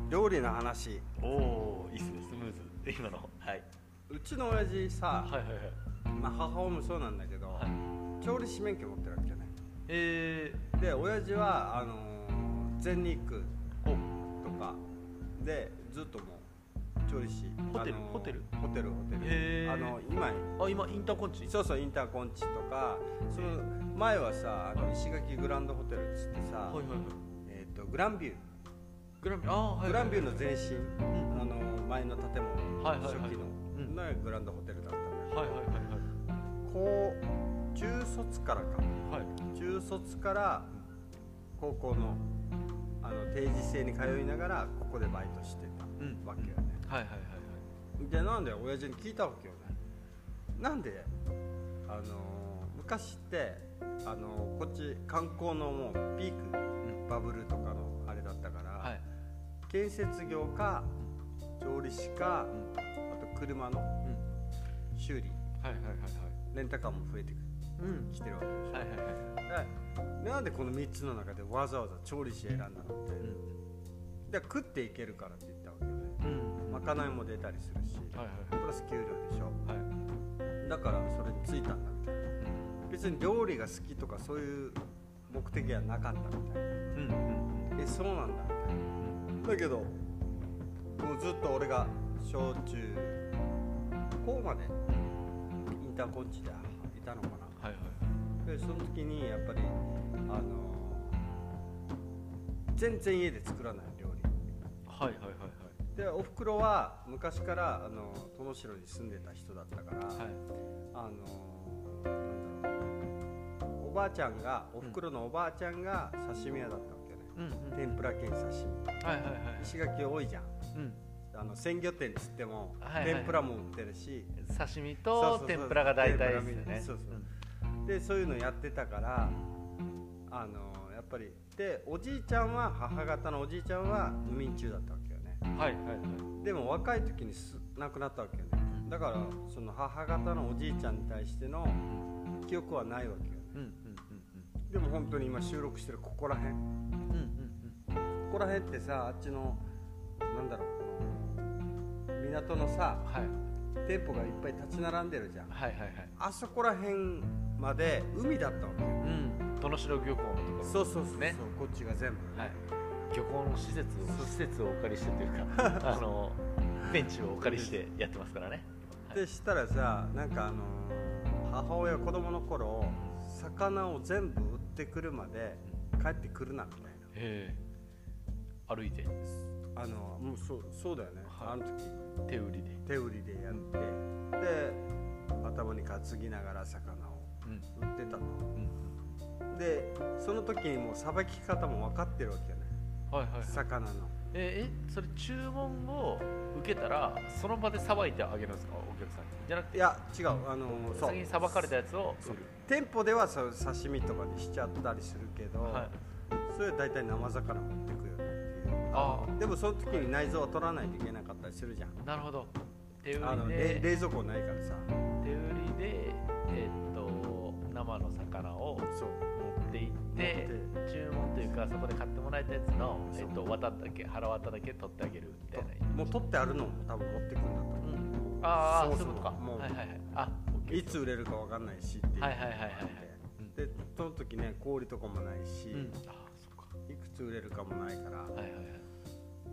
料理の話。 おお、いいっすね、スムーズ今の。はい。 うちの親父さ、 はいはいはい。 まあ、母親もそうなんだけど、 はい、 調理師免許持ってるわけよね。で親父は全日空とかでずっともう調理師、 ホテル今インターコンチ。 そうそう、インターコンチとか、その前はさ石垣グランドホテルっつってさ、 はいはいはい、 グランビューグランビュー、はいはい、 グランビューの前身、前の建物、 はいはいはい、 初期の、グランドホテルだったんだけど、 はいはいはいはい、 中卒からか、はい、中卒から高校の定時制に通いながらここでバイトしてたわけよね、 はいはいはいはい。 でなんで親父に聞いたわけよね。なんで昔ってこっち観光のもうピーク、バブルとかのあれだったから、はい、建設業か調理師か、あと車の修理、はいはいはいはい、レンタカーも増えてきてるわけでしょ、はいはいはい、なんでこの3つの中でわざわざ調理師選んだのって、で食っていけるからって言ったわけよね、まかないも出たりするし、はいはい、プラス給料でしょ、はい、だからそれに就いたんだみたいな、別に料理が好きとかそういう目的はなかったみたいな、そうなんだみたいな、だけどもうずっと俺が小中高までインターコンチでいたのかな、はいはい、でその時にやっぱり全然家で作らない料理、はいはいはいはい、でおふくろは昔から殿城に住んでた人だったから、はい、おばあちゃんがおふくろのおばあちゃんが刺身屋だったわけね、天ぷら兼刺身、はいはいはい、石垣多いじゃん、鮮魚店っつっても、はいはい、天ぷらも売ってるし、 刺身と天ぷらが大体ですよね。 そうそう、でそういうのやってたからやっぱりでおじいちゃんは母方のおじいちゃんは無眠中だったわけよね、はいはいはい、でも若い時に亡くなったわけよね、だからその母方のおじいちゃんに対しての記憶はないわけよね、でも本当に今収録してるここら辺、ここら辺ってさ、あっちのなんだろう、港のさ、はい、店舗がいっぱい立ち並んでるじゃん、はいはいはい、あそこら辺まで海だったわけよ、 殿城漁港のところ、 そうそうそう、ね、こっちが全部、 はい、漁港の施設をお借りしてというかベンチをお借りしてやってますからね、 でしたらさ、なんか母親子供の頃魚を全部売ってくるまで帰ってくるなみたいな、 歩いてもうそうだよね、はい、あの時手売りでやって、で頭に担ぎながら魚を売ってたと、でその時にもうさばき方も分かってるわけよね、はいはいはい、魚のそれ注文を受けたらその場でさばいてあげるんですか、お客さんにじゃなくて、 いや違う、 先にさばかれたやつを売る、 店舗では刺身とかにしちゃったりするけど、はい、それは大体生魚持ってくよねっていう、でもその時に内臓は取らないといけなかったりするじゃん、 なるほど、手売りで冷蔵庫ないからさ、 手売りで生の魚を持って行って注文というかそこで買ってもらえたやつの腹渡だけ取ってあげるみたいな、 もう取ってあるのも多分持ってくんだと思う、そういうことか、もう、はいはいはい、 いつ売れるか分かんないしっていう、 はいはいはいはい、 でその時ね氷とかもないし、いくつ売れるかもないから、はいはいはい、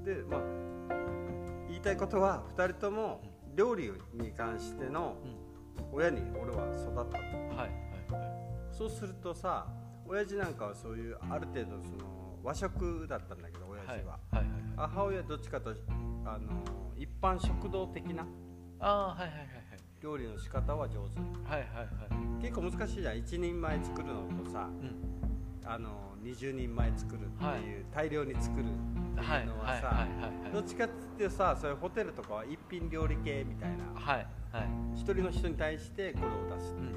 でまあ言いたいことは2人とも料理に関しての親に俺は育ったと、はいはいはい、そうするとさ、親父なんかはそういうある程度その和食だったんだけど親父は、はいはいはい、母親はどっちかと一般食堂的な料理の仕方は上手、はいはいはい、結構難しいじゃん、1人前作るのとさ、20人前作るっていう、はい、大量に作るっていうのはさ、どっちかっていうとさ、そういうホテルとかは一品料理系みたいな、はいはい、一人の人に対してこれを出すっていう、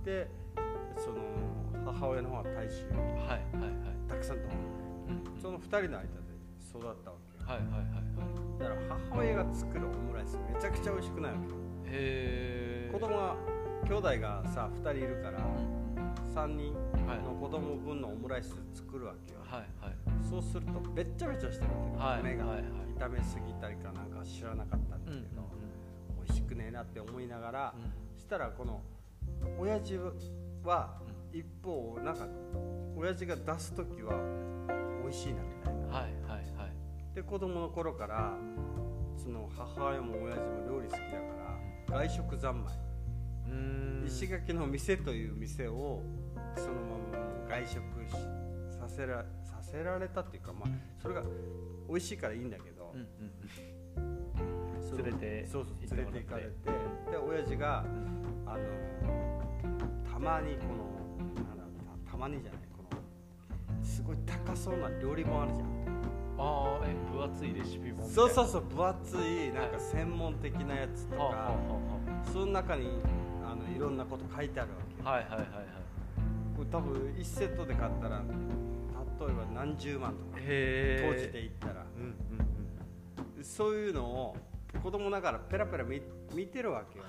でその母親の方は大衆、はいはいはい、たくさんと、その2人の間で育ったわけよ、はいはいはいはい、だから母親が作るオムライスめちゃくちゃ美味しくないわけよ、子供が兄弟がさ2人いるから、 3人の子供分のオムライス作るわけよ、そうするとべっちゃべちゃしてるわけよ、骨が炒めすぎたりかなんか知らなかったんだけど、美味しくねえなって思いながら、したらこの親父は一方なんか親父が出す時は美味しいなみたいな、で子供の頃からその母親も親父も料理好きだから外食三昧、石垣の店という店をそのまま外食させられたっていうか、まあそれが美味しいからいいんだけど、 連れて行かれて、で親父がたまにこのたまにじゃない、このすごい高そうな料理本あるじゃん。 分厚いレシピ本みたいな。 そう分厚いなんか専門的なやつとか、その中にいろんなこと書いてあるわけ。これ多分1セットで買ったら例えば何十万とか、当時で言ったら、そういうのを子供ながらペラペラ見てるわけよ。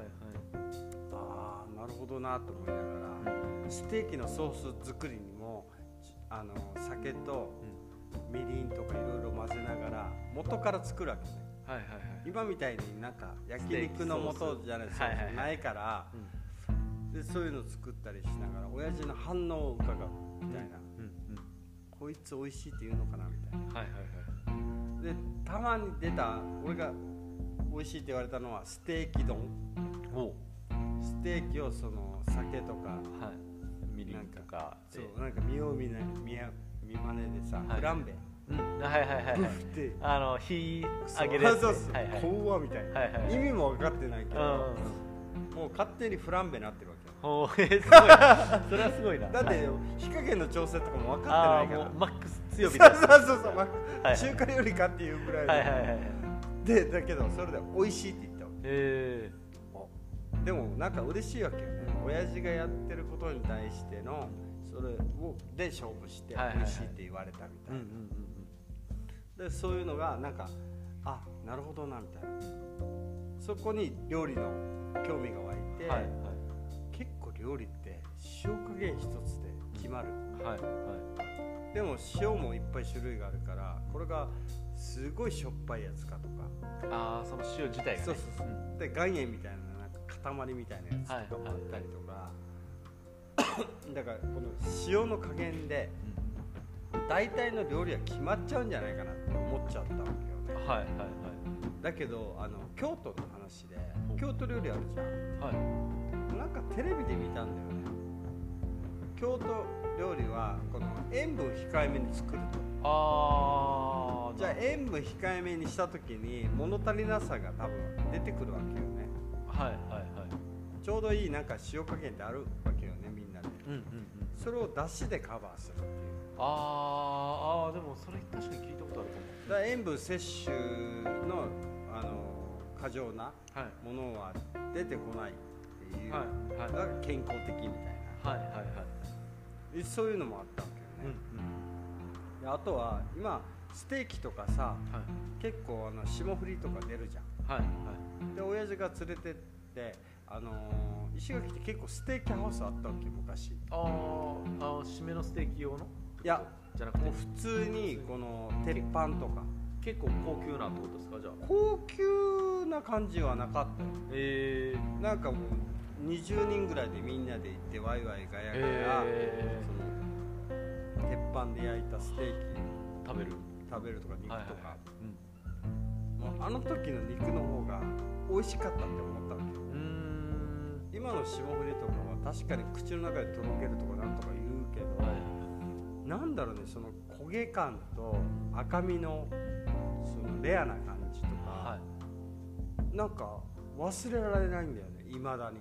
ああなるほどなと思いながら、ステーキのソース作りにも酒とみりんとかいろいろ混ぜながら元から作るわけね。今みたいになんか焼肉の素じゃないから、でそういうの作ったりしながら親父の反応を伺うみたいな、こいつ美味しいって言うのかなみたいな、でたまに出た俺が美味しいって言われたのはステーキ丼。ステーキをその酒とか、 みりんとかそうなんか見まねでさ、フランベブフって火揚げるやつ、 こうみたいな、意味も分かってないけど、もう勝手にフランベになってるわけ。 すごい、それはすごいな。 だって火加減の調整とかも分かってないから、 マックス強火で、 中華料理かっていうぐらいで、だけどそれで美味しいって言ったわけ。でもなんか嬉しいわけよね、親父がやってることに対してのそれで勝負して美味しいって言われたみたいな、でそういうのがなんかなるほどなみたいな、そこに料理の興味が湧いて、結構料理って塩加減一つで決まる、でも塩もいっぱい種類があるから、これがすごいしょっぱいやつかとか、 その塩自体がね、 で岩塩みたいな塊みたいなやつとかもあったりとか、だからこの塩の加減で大体の料理は決まっちゃうんじゃないかなって思っちゃったわけよね。だけど京都の話で京都料理あるじゃん、なんかテレビで見たんだよね。京都料理はこの塩分控えめに作ると、じゃあ塩分控えめにした時に物足りなさが多分出てくるわけよね。ちょうどいいなんか塩加減ってあるわけよね、みんなで。それを出汁でカバーするっていう。 でもそれ確かに聞いたことあるかも。 だから塩分摂取の過剰なものは出てこないっていう、だから健康的みたいな、そういうのもあったわけよね。であとは今ステーキとかさ、結構霜降りとか出るじゃん。で親父が連れてって石垣って結構ステーキハウスあったわけ昔。 締めのステーキ用の？ いやじゃなくてもう普通にこの鉄板とか。 結構高級なってことですか？じゃあ高級な感じはなかったよ。なんかもう20人ぐらいでみんなで行ってワイワイガヤガヤ、その鉄板で焼いたステーキ食べるとか肉とか、もうあの時の肉の方が美味しかったって思ったわけよ。今の霜降りとかは確かに口の中でとろけるとかなんとか言うけど、なんだろうね、その焦げ感と赤身のそのレアな感じとか、なんか忘れられないんだよね、未だに。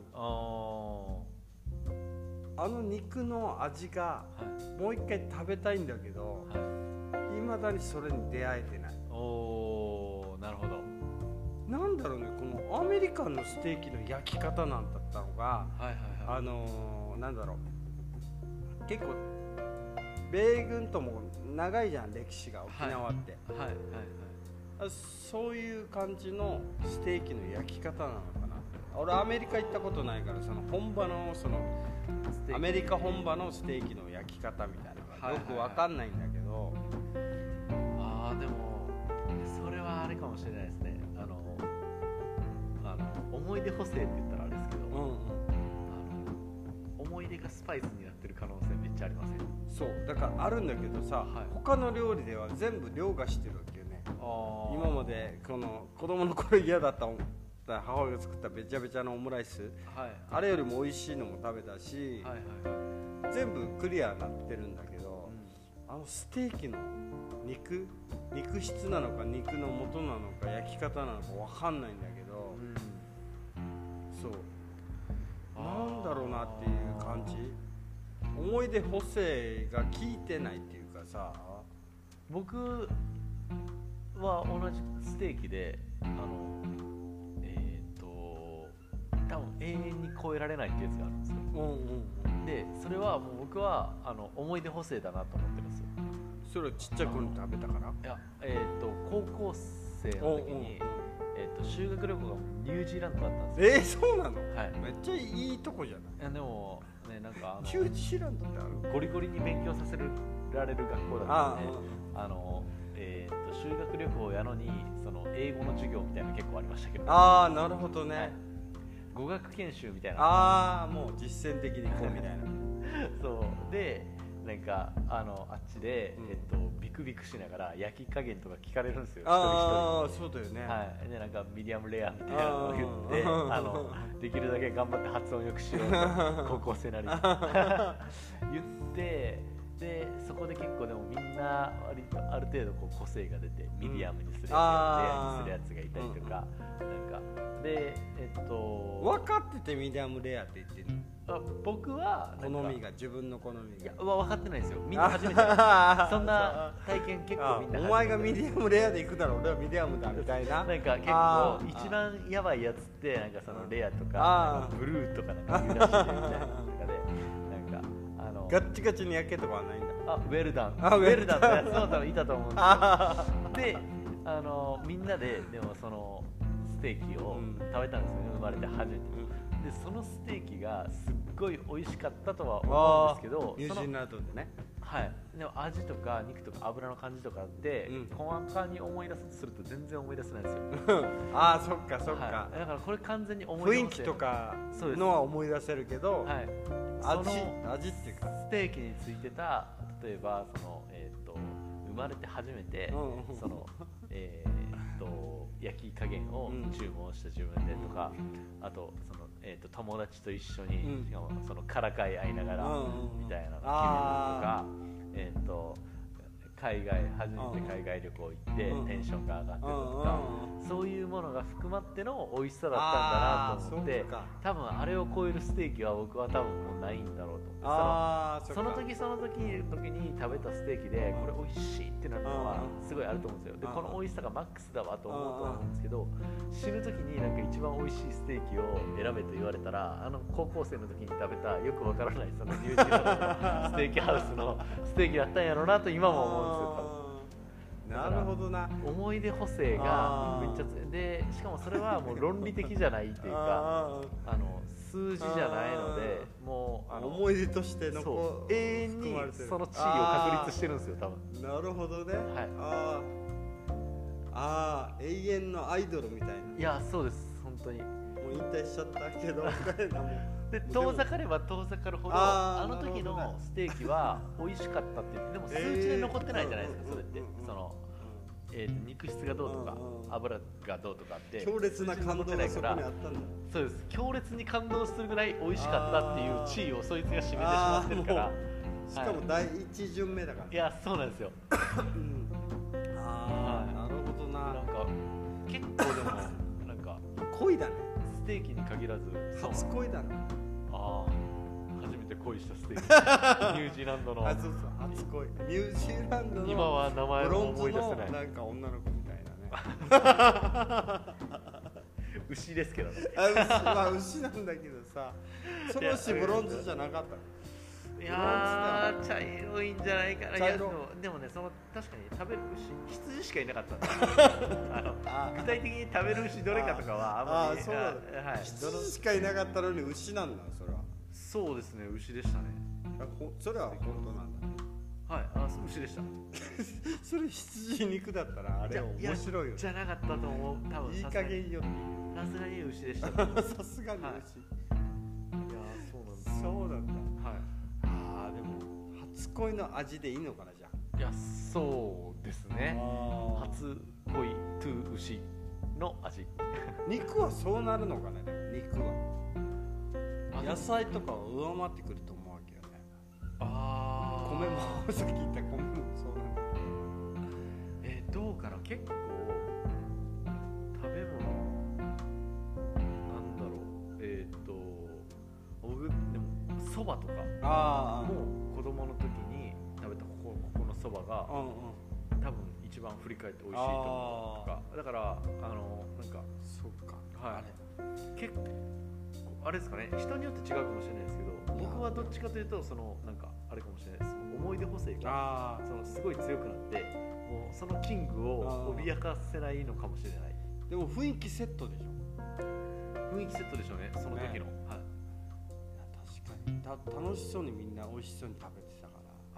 あの肉の味がもう一回食べたいんだけど、未だにそれに出会えてない。 なるほど。 なんだろうね、このアメリカンのステーキの焼き方なんだったのが、なんだろう、結構米軍とも長いじゃん、歴史が沖縄って。そういう感じのステーキの焼き方なのかな。俺アメリカ行ったことないから、その本場のそのアメリカ本場のステーキの焼き方みたいなのがよく分かんないんだけど、 でもそれはあれかもしれないですね。思い出補正って言ったらあれですけど、思い出がスパイスになってる可能性めっちゃありますよ。 そうだからあるんだけどさ、他の料理では全部凌駕してるわけよね。今までこの子供の頃嫌だった母親が作ったべちゃべちゃのオムライス、あれよりも美味しいのも食べたし、全部クリアになってるんだけど、ステーキの肉質なのか肉の元なのか焼き方なのか分かんないんだけど、そうなんだろうなっていう感じ。思い出補正が効いてないっていうかさ、 僕は同じステーキで多分永遠に超えられないってやつがあるんですよ。でそれはもう僕は思い出補正だなと思ってるんですよ。 それはちっちゃい頃に食べたから？ いや、高校生の時に修学旅行がニュージーランドだったんですよ。 そうなの？ はい。 めっちゃいいとこじゃない？ でもね、なんかニュージーランドってある？ ゴリゴリに勉強させられる学校だったんで、修学旅行やのにその英語の授業みたいなの結構ありましたけど。 なるほどね。 語学研修みたいな。 もう実践的にこうみたいな。 そうで、なんかあっちで、ビクビクしながら焼き加減とか聞かれるんですよ。 そうだよね。 でなんかミディアムレアみたいなのを言ってできるだけ頑張って発音よくしようと高校生なりに言って、でそこで結構でもみんな割とある程度こう個性が出て、ミディアムにするやつ、レアにするやつがいたりとか、なんかで分かっててミディアムレアって言ってるの？ 僕は好みが自分の好みが分かってないんですよ。みんな初めてそんな体験結構みんなお前がミディアムレアで行くだろ、俺はミディアムだみたいな。 なんか結構一番やばいやつってなんかそのレアとかブルーとかなんか言うらしいでみたいなとかで、なんかガッチガチに焼けとかはないんだ。 ウェルダンウェルダンってやつも多分いたと思うんですよ。でみんなででもそのステーキを食べたんですよね、生まれて初めて。でそのステーキがすっごい美味しかったとは思うんですけど、 ニュージーランドでね。 はい。でも味とか肉とか油の感じとかで、細かに思い出すとすると全然思い出せないんですよ。 そっかそっか。 だからこれ完全に思い出せ雰囲気とかのは思い出せるけど、味っていうかステーキについてた、例えばその生まれて初めてその焼き加減を注文した自分でとか、あとその友達と一緒に、しかもそのからかい合いながらみたいなのを決めるとか、初めて海外旅行行ってテンションが上がってるとか、そういうものが含まっての美味しさだったんだなと思って、多分あれを超えるステーキは僕は多分もうないんだろうと思って、その時に食べたステーキでこれ美味しいってなるのはすごいあると思うんですよ。でこの美味しさがマックスだわと思うと思うんですけど、死ぬ時になんか一番美味しいステーキを選べと言われたら、高校生の時に食べたよくわからないそのニュージーランドのステーキハウスのステーキだったんやろうなと今も思うんですよ。 なるほどな。 思い出補正がめっちゃ強いで、しかもそれはもう論理的じゃないっていうか数字じゃないので、もう思い出としての永遠にその地位を確立してるんですよ多分。なるほどね。永遠のアイドルみたいな。 いやそうです、本当にもう引退しちゃったけどみたいな。 で遠ざかれば遠ざかるほどの時のステーキは美味しかったって言って、でも数値で残ってないじゃないですか、それってその肉質がどうとか油がどうとかって強烈な感動がそこにあったんだ。 そうです、強烈に感動するぐらい美味しかったっていう地位をそいつが占めてしまってるから。 しかも第一巡目だから。 いやそうなんですよ。 なるほどな。 なんか結構でもなんか恋だね。 ステーキに限らず初恋だね。 初めて恋したステーキニュージーランドの初恋。ニュージーランドの今は名前も思い出せない。 なんか女の子みたいなね。 牛ですけどね。 牛なんだけどさ、その牛ブロンズじゃなかった。 いやー茶色いんじゃないかな。いやでもね、その確かに食べる牛羊しかいなかったんで具体的に食べる牛どれかとかはあんまり。 羊しかいなかったのに牛なんだそれは。 そうですね、牛でしたね。 それは本当なんだ。 はい、牛でした。 それ羊肉だったらあれ面白いよ。 じゃなかったと思う。多分いい加減よ。 さすがに牛でした。 さすがに牛。いやそうなんだ。 そうなんだ。 はい。 ああでも初恋の味でいいのかなじゃあ。 いやそうですね。初恋トゥ牛の味。 肉はそうなるのかね。でも肉は。野菜とかは上回ってくると思うわけよね。米もさっき言った米もそうなんだ。 どうかな、結構食べ物なんだろう、僕でもそばとかも子供の時に食べたここのそばが多分一番振り返って美味しいと思うとか、だからなんかそうか、 はい、結構あれですかね、人によって違うかもしれないですけど、僕はどっちかというとなんかあれかもしれないです、思い出補正がすごい強くなってもうそのキングを脅かせないのかもしれない。 でも雰囲気セットでしょ。 雰囲気セットでしょうね、その時の、 ね、はい、いや確かに楽しそうにみんな美味しそうに食べてたから。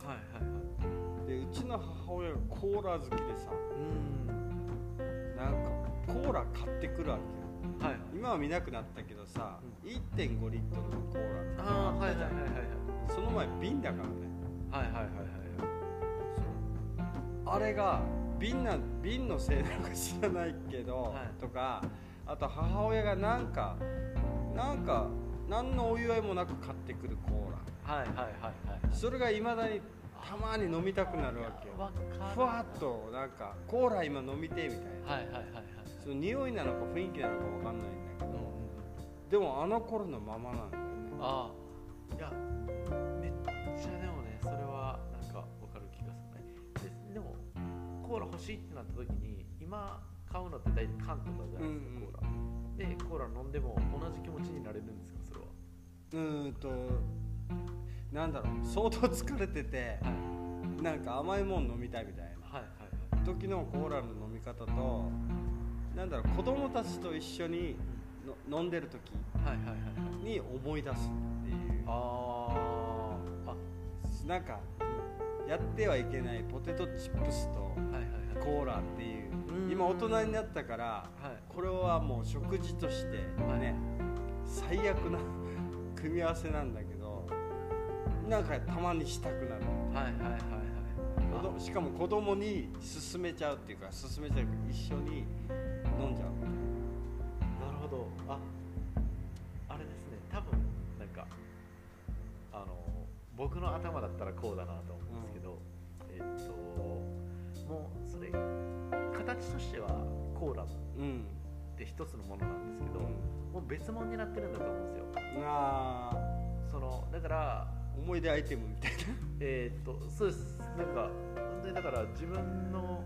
はいはいはい。でうちの母親がコーラ好きでさ、なんかコーラ買ってくるわけよ。はい、今は見なくなったけどさ、1.5 リットルのコーラあったじゃん。その前瓶だからね。はいはいはいはい。あれが瓶のせいなのか知らないけど、はい、とか、あと母親がなんか何のお祝いもなく買ってくるコーラ、はいはいはいはい、それがいまだにたまに飲みたくなるわけよ。ふわっとなんかコーラ今飲みてみたいな、はいはいはいはい、その匂いなのか雰囲気なのか分かんないんだけど、でもあの頃のままなんだよね。ああ、いやめっちゃでもね、それはなんか分かる気がするね。でもコーラ欲しいってなった時に今買うのって大体缶とかじゃないですか、コーラで。コーラ飲んでも同じ気持ちになれるんですか、それは。なんだろう、相当疲れてて、はい、なんか甘いもん飲みたいみたいな、はいはいはい、時のコーラの飲み方と、なんだろう、子供たちと一緒に飲んでる時に思い出すっていう、なんかやってはいけないポテトチップスとコーラっていう、今大人になったから、これはもう食事としてね、最悪な組み合わせなんだけど、なんかたまにしたくなる。はいはいはいはい。しかも子供に勧めちゃうっていうか、一緒に飲んじゃう。なるほど。あれですね。多分なんか僕の頭だったらこうだなと思うんですけど、もうそれ形としてはコーラって一つのものなんですけど、もう別物になってるんだと思うんですよ。だから思い出アイテムみたいな。そうです。なんかだから自分の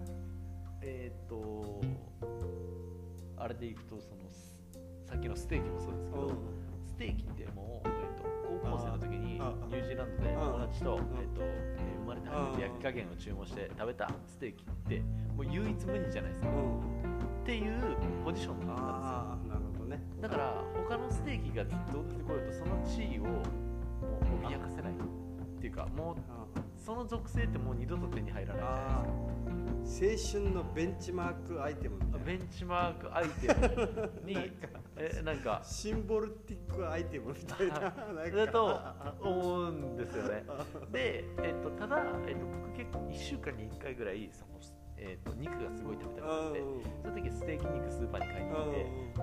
あれでいくと、さっきのステーキもそうですけど、ステーキってもう高校生の時にニュージーランドで友達と生まれて初めて焼き加減を注文して食べたステーキってもう唯一無二じゃないですか、っていうポジションだったんですよ。なるほどね。だから他のステーキがずっと出てこようと、その地位をもう脅かせないっていうか、もうその属性ってもう二度と手に入らないじゃないですか。青春のベンチマークアイテムみたいな。ベンチマークアイテムになんかシンボルティックアイテムみたいなだと思うんですよね。で、ただ、僕結構1週間に1回ぐらい肉がすごい食べたくなって、その時ステーキ肉スーパーに買いに行って、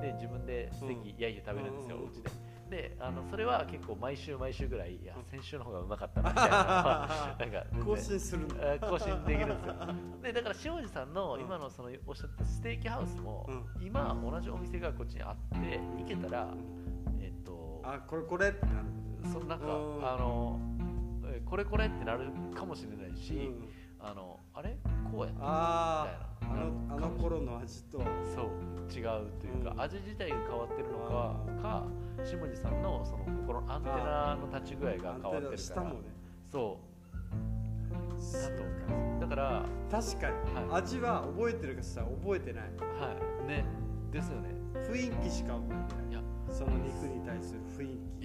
で自分でステーキ焼いて食べるんですよ、お家で。でそれは結構毎週ぐらい、いや先週の方がうまかったなみたいななんか更新する更新できるんですよ。でだから塩路さんの今のそのおっしゃったステーキハウスも、今同じお店がこっちにあって行けたら、これってなる。なんかこれってなるかもしれないし、あれこうやったみたいな。あの頃の味とそう違うというか、味自体が変わってるのか下地さんのその心のアンテナの立ち具合が変わってるから、下もね、そうだから確かに、味は覚えてるかさ覚えてない、はいね、ですよね。雰囲気しか覚えてない。いやその肉に対する雰囲気、いや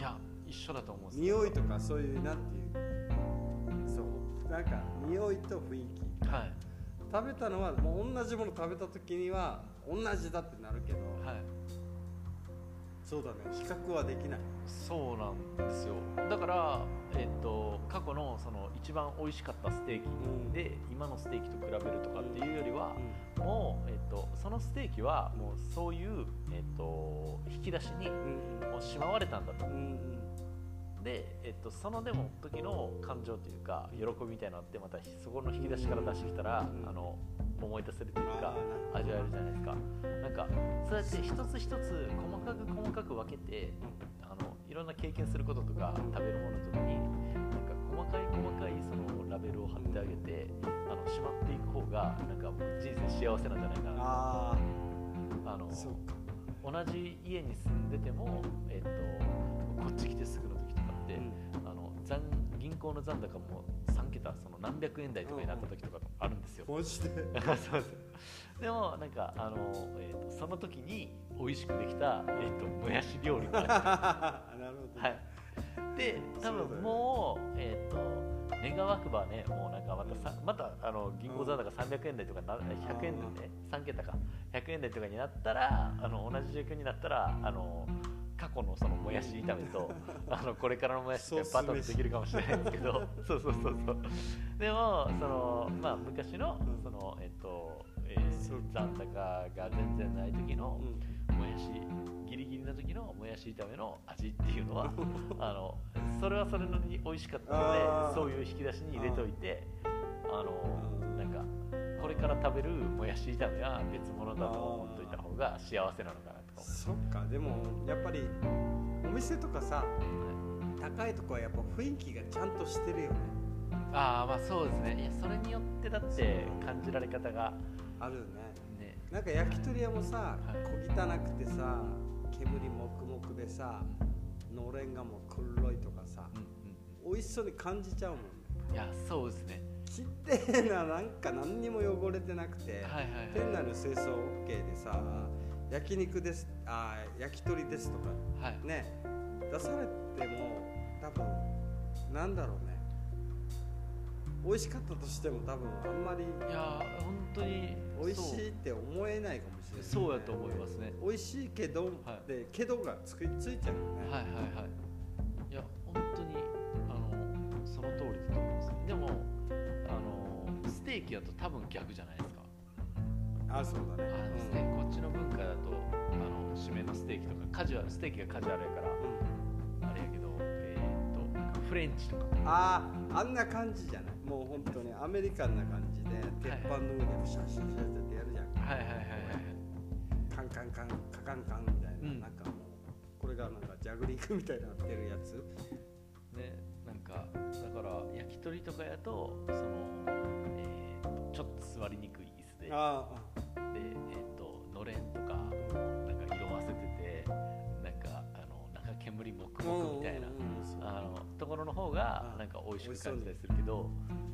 一緒だと思うんです匂いとかそういうなんていうそうなんか匂いと雰囲気、はい、食べたのはもう同じもの食べた時には同じだってなるけど、はい、そうだね比較はできない。 そうなんですよ。だから、過去のその一番美味しかったステーキで、今のステーキと比べるとかっていうよりは、もう、そのステーキはもうそういう、引き出しにもうしまわれたんだと、で、そのでも時の感情というか喜びみたいなのってまたそこの引き出しから出してきたら、思い出せるというか味わえるじゃないですか。なんかそうやって一つ一つ細かく分けていろんな経験することとか食べるものとかになんか細かいそのラベルを貼ってあげてしまっていく方がなんか僕人生幸せなんじゃないかなと。同じ家に住んでても、こっち来てすぐの時とかって、銀行の残高も3桁その何百円台とかになった時とかあるんですよ。 マジでそうです。でもなんかその時に美味しくできた、もやし料理があるなるほど、 はい、で多分もう、願わくばねもうなんかまた銀行残高300円台とか100円台ね3桁か100円台とかになったら同じ状況になったら過去のそのもやし炒めとこれからのもやしってバトルできるかもしれないんですけどそうでもその、昔のその残高が全然ない時のもやしギリギリの時のもやし炒めの味っていうのはそれはそれなりに美味しかったのでそういう引き出しに入れといてなんかこれから食べるもやし炒めは別物だと思っといた方が幸せなのかなと。 そっか。でもやっぱりお店とかさ、高いとこはやっぱ雰囲気がちゃんとしてるよね。 まあそうですね。いやそれによってだって感じられ方があるよね。なんか焼き鳥屋もさ、小汚くてさ煙もくもくでさのれんがもう黒いとかさ、美味しそうに感じちゃうもんね。 いやそうですね。 きれいななんか何にも汚れてなくて、店内の清掃 OK でさ焼肉です焼き鳥ですとか、ね出されても多分なんだろうね美味しかったとしても多分あんまりいや本当に美味しいって思えないかもしれない、ね、 そうやと思いますね。 美味しいけど、でけどがついちゃうよね。 いや本当にその通りだと思います。でもステーキだと多分逆じゃないですか。 そうだね。 こっちの文化だと締めのステーキとかステーキがカジュアルやから、あれやけどフレンチとかあんな感じじゃない。もう本当にアメリカンな感じで鉄板の上でシャシャシャってやるじゃん。カンカンカンカカンカンみたいな、なんかもうこれがなんかジャグリングみたいになってるやつね。なんかだから焼き鳥とかやとそのちょっと座りにくい椅子でのれんとかなんか色あせててなんか煙もくもくみたいなところの方がなんか美味しく感じたりするけど、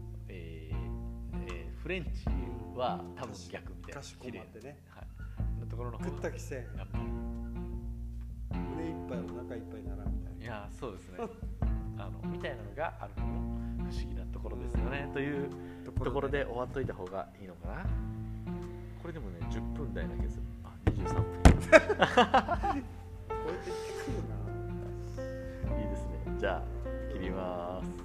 フレンチは多分逆みたいな綺麗でね、 のところの方が食った気せんやっぱ胸いっぱいお腹いっぱいならみたいな。 いやそうですねみたいなのがあるのも不思議なところですよね、というところで終わっといた方がいいのかな。これでもね10分台な気がする。23分超えてくるな。いいですね。じゃあ切ります。